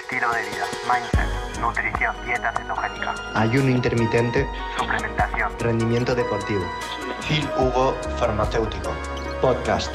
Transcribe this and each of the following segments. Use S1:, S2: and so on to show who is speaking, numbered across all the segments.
S1: estilo de vida, mindset, nutrición, dieta cetogénica,
S2: ayuno intermitente,
S1: suplementación,
S2: rendimiento deportivo. Phil Hugo Farmacéutico, podcast.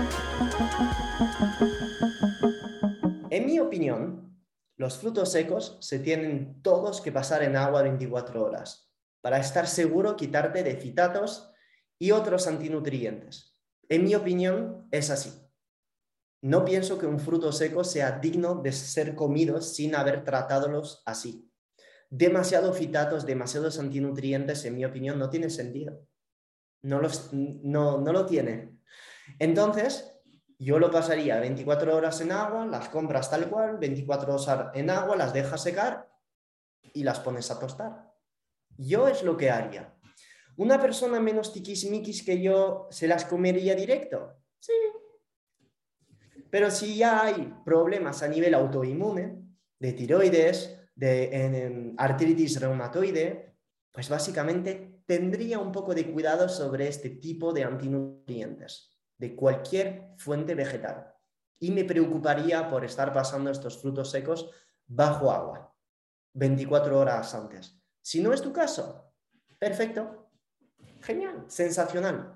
S3: En mi opinión, los frutos secos se tienen todos que pasar en agua 24 horas para estar seguro quitarte de fitatos y otros antinutrientes. En mi opinión, es así. No pienso que un fruto seco sea digno de ser comido sin haber tratado así. Demasiados fitatos, demasiados antinutrientes, en mi opinión, no tiene sentido. No lo tiene. Entonces, yo lo pasaría 24 horas en agua, las compras tal cual, 24 horas en agua, las dejas secar y las pones a tostar. Yo es lo que haría. ¿Una persona menos tiquismiquis que yo se las comería directo? Sí. Pero si ya hay problemas a nivel autoinmune, de tiroides, de artritis reumatoide, pues básicamente tendría un poco de cuidado sobre este tipo de antinutrientes de cualquier fuente vegetal. Y me preocuparía por estar pasando estos frutos secos bajo agua 24 horas antes. Si no es tu caso, perfecto, genial, sensacional.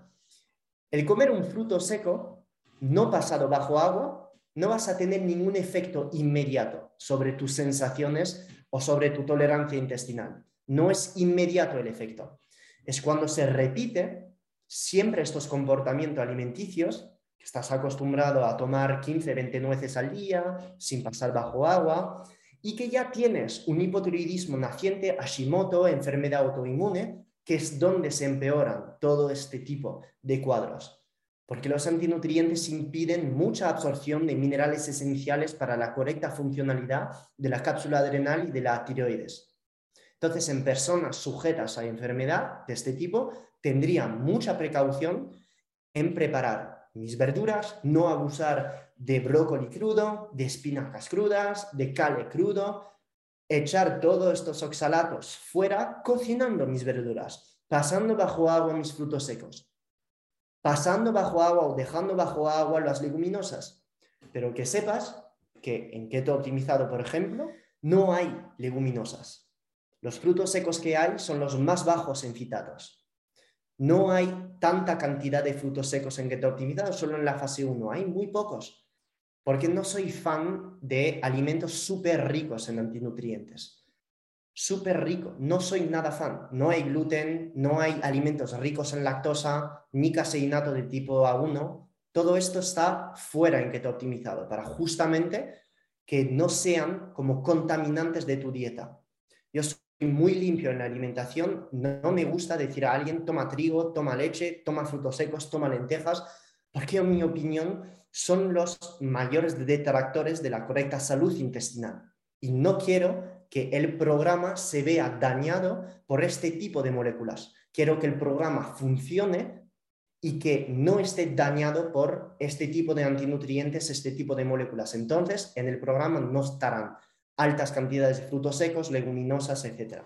S3: El comer un fruto seco no pasado bajo agua, no vas a tener ningún efecto inmediato sobre tus sensaciones o sobre tu tolerancia intestinal. No es inmediato el efecto. Es cuando se repite siempre estos comportamientos alimenticios, que estás acostumbrado a tomar 15, 20 nueces al día, sin pasar bajo agua, y que ya tienes un hipotiroidismo naciente, Hashimoto, enfermedad autoinmune, que es donde se empeoran todo este tipo de cuadros. Porque los antinutrientes impiden mucha absorción de minerales esenciales para la correcta funcionalidad de la cápsula adrenal y de la tiroides. Entonces, en personas sujetas a enfermedad de este tipo, tendría mucha precaución en preparar mis verduras, no abusar de brócoli crudo, de espinacas crudas, de cale crudo, echar todos estos oxalatos fuera, cocinando mis verduras, pasando bajo agua mis frutos secos, pasando bajo agua o dejando bajo agua las leguminosas. Pero que sepas que en keto optimizado, por ejemplo, no hay leguminosas. Los frutos secos que hay son los más bajos en fitatos. No hay tanta cantidad de frutos secos en keto optimizado, solo en la fase 1. Hay muy pocos. Porque no soy fan de alimentos súper ricos en antinutrientes. Súper rico, no soy nada fan. No hay gluten, no hay alimentos ricos en lactosa, ni caseinato de tipo A1. Todo esto está fuera en keto optimizado para justamente que no sean como contaminantes de tu dieta. Yo soy muy limpio en la alimentación, no me gusta decir a alguien toma trigo, toma leche, toma frutos secos, toma lentejas, porque en mi opinión son los mayores detractores de la correcta salud intestinal. Y no quiero que el programa se vea dañado por este tipo de moléculas. Quiero que el programa funcione y que no esté dañado por este tipo de antinutrientes, este tipo de moléculas. Entonces, en el programa no estarán altas cantidades de frutos secos, leguminosas, etc.